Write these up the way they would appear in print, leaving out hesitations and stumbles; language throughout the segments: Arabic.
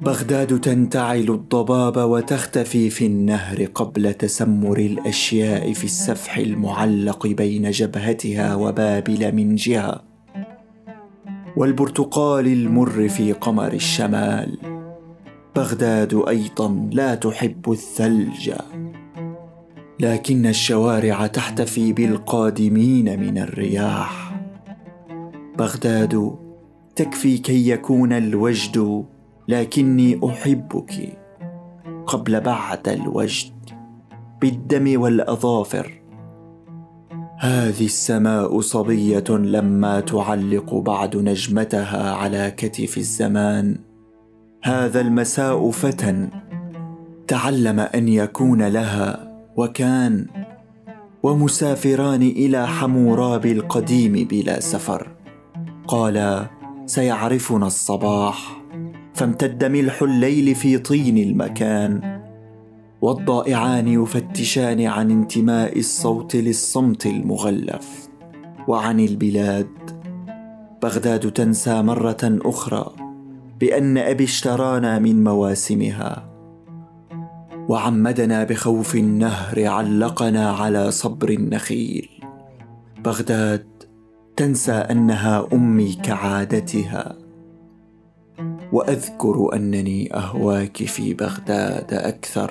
بغداد تنتعل الضباب وتختفي في النهر قبل تسمر الأشياء في السفح المعلق بين جبهتها وبابل من جهة، والبرتقال المر في قمر الشمال. بغداد أيضا لا تحب الثلج، لكن الشوارع تحتفي بالقادمين من الرياح. بغداد تكفي كي يكون الوجد، لكني أحبك قبل بعد الوجد بالدم والأظافر. هذه السماء صبية لما تعلق بعد نجمتها على كتف الزمان. هذا المساء فتى تعلم أن يكون لها وكان، ومسافران إلى حموراب القديم بلا سفر. قال: سيعرفنا الصباح، فامتد ملح الليل في طين المكان، والضائعان يفتشان عن انتماء الصوت للصمت المغلف وعن البلاد. بغداد تنسى مرة أخرى بأن أبي اشترانا من مواسمها وعمدنا بخوف النهر، علقنا على صبر النخيل. بغداد تنسى أنها أمي كعادتها، وأذكر أنني أهواك في بغداد أكثر.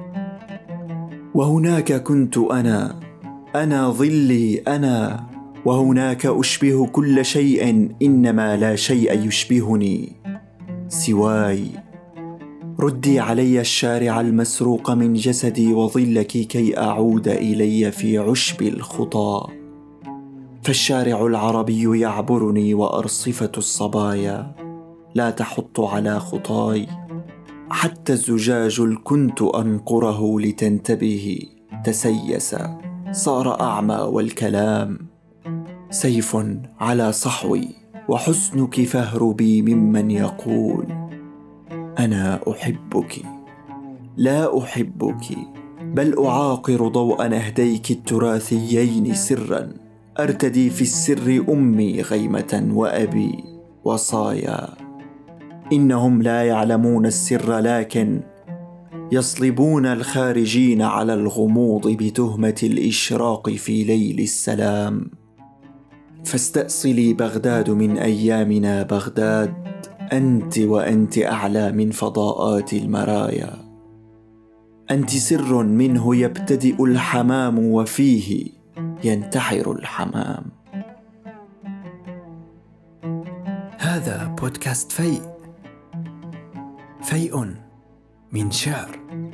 وهناك كنت أنا ظلي أنا، وهناك أشبه كل شيء، إنما لا شيء يشبهني سواي. ردي علي الشارع المسروق من جسدي وظلك كي أعود إلي في عشب الخطى، فالشارع العربي يعبرني وأرصفة الصبايا لا تحط على خطاي. حتى الزجاج الكنت أنقره لتنتبه تسيس، صار أعمى، والكلام سيف على صحوي، وحسنك فاهربي ممن يقول أنا أحبك. لا أحبك، بل أعاقر ضوء نهديك التراثيين سرا، أرتدي في السر أمي غيمة وأبي وصايا. إنهم لا يعلمون السر، لكن يصلبون الخارجين على الغموض بتهمة الإشراق في ليل السلام. فاستأصلي بغداد من أيامنا بغداد، أنت وأنت أعلى من فضاءات المرايا. أنت سر منه يبتدئ الحمام وفيه ينتحر الحمام. هذا بودكاست فيء من شعر.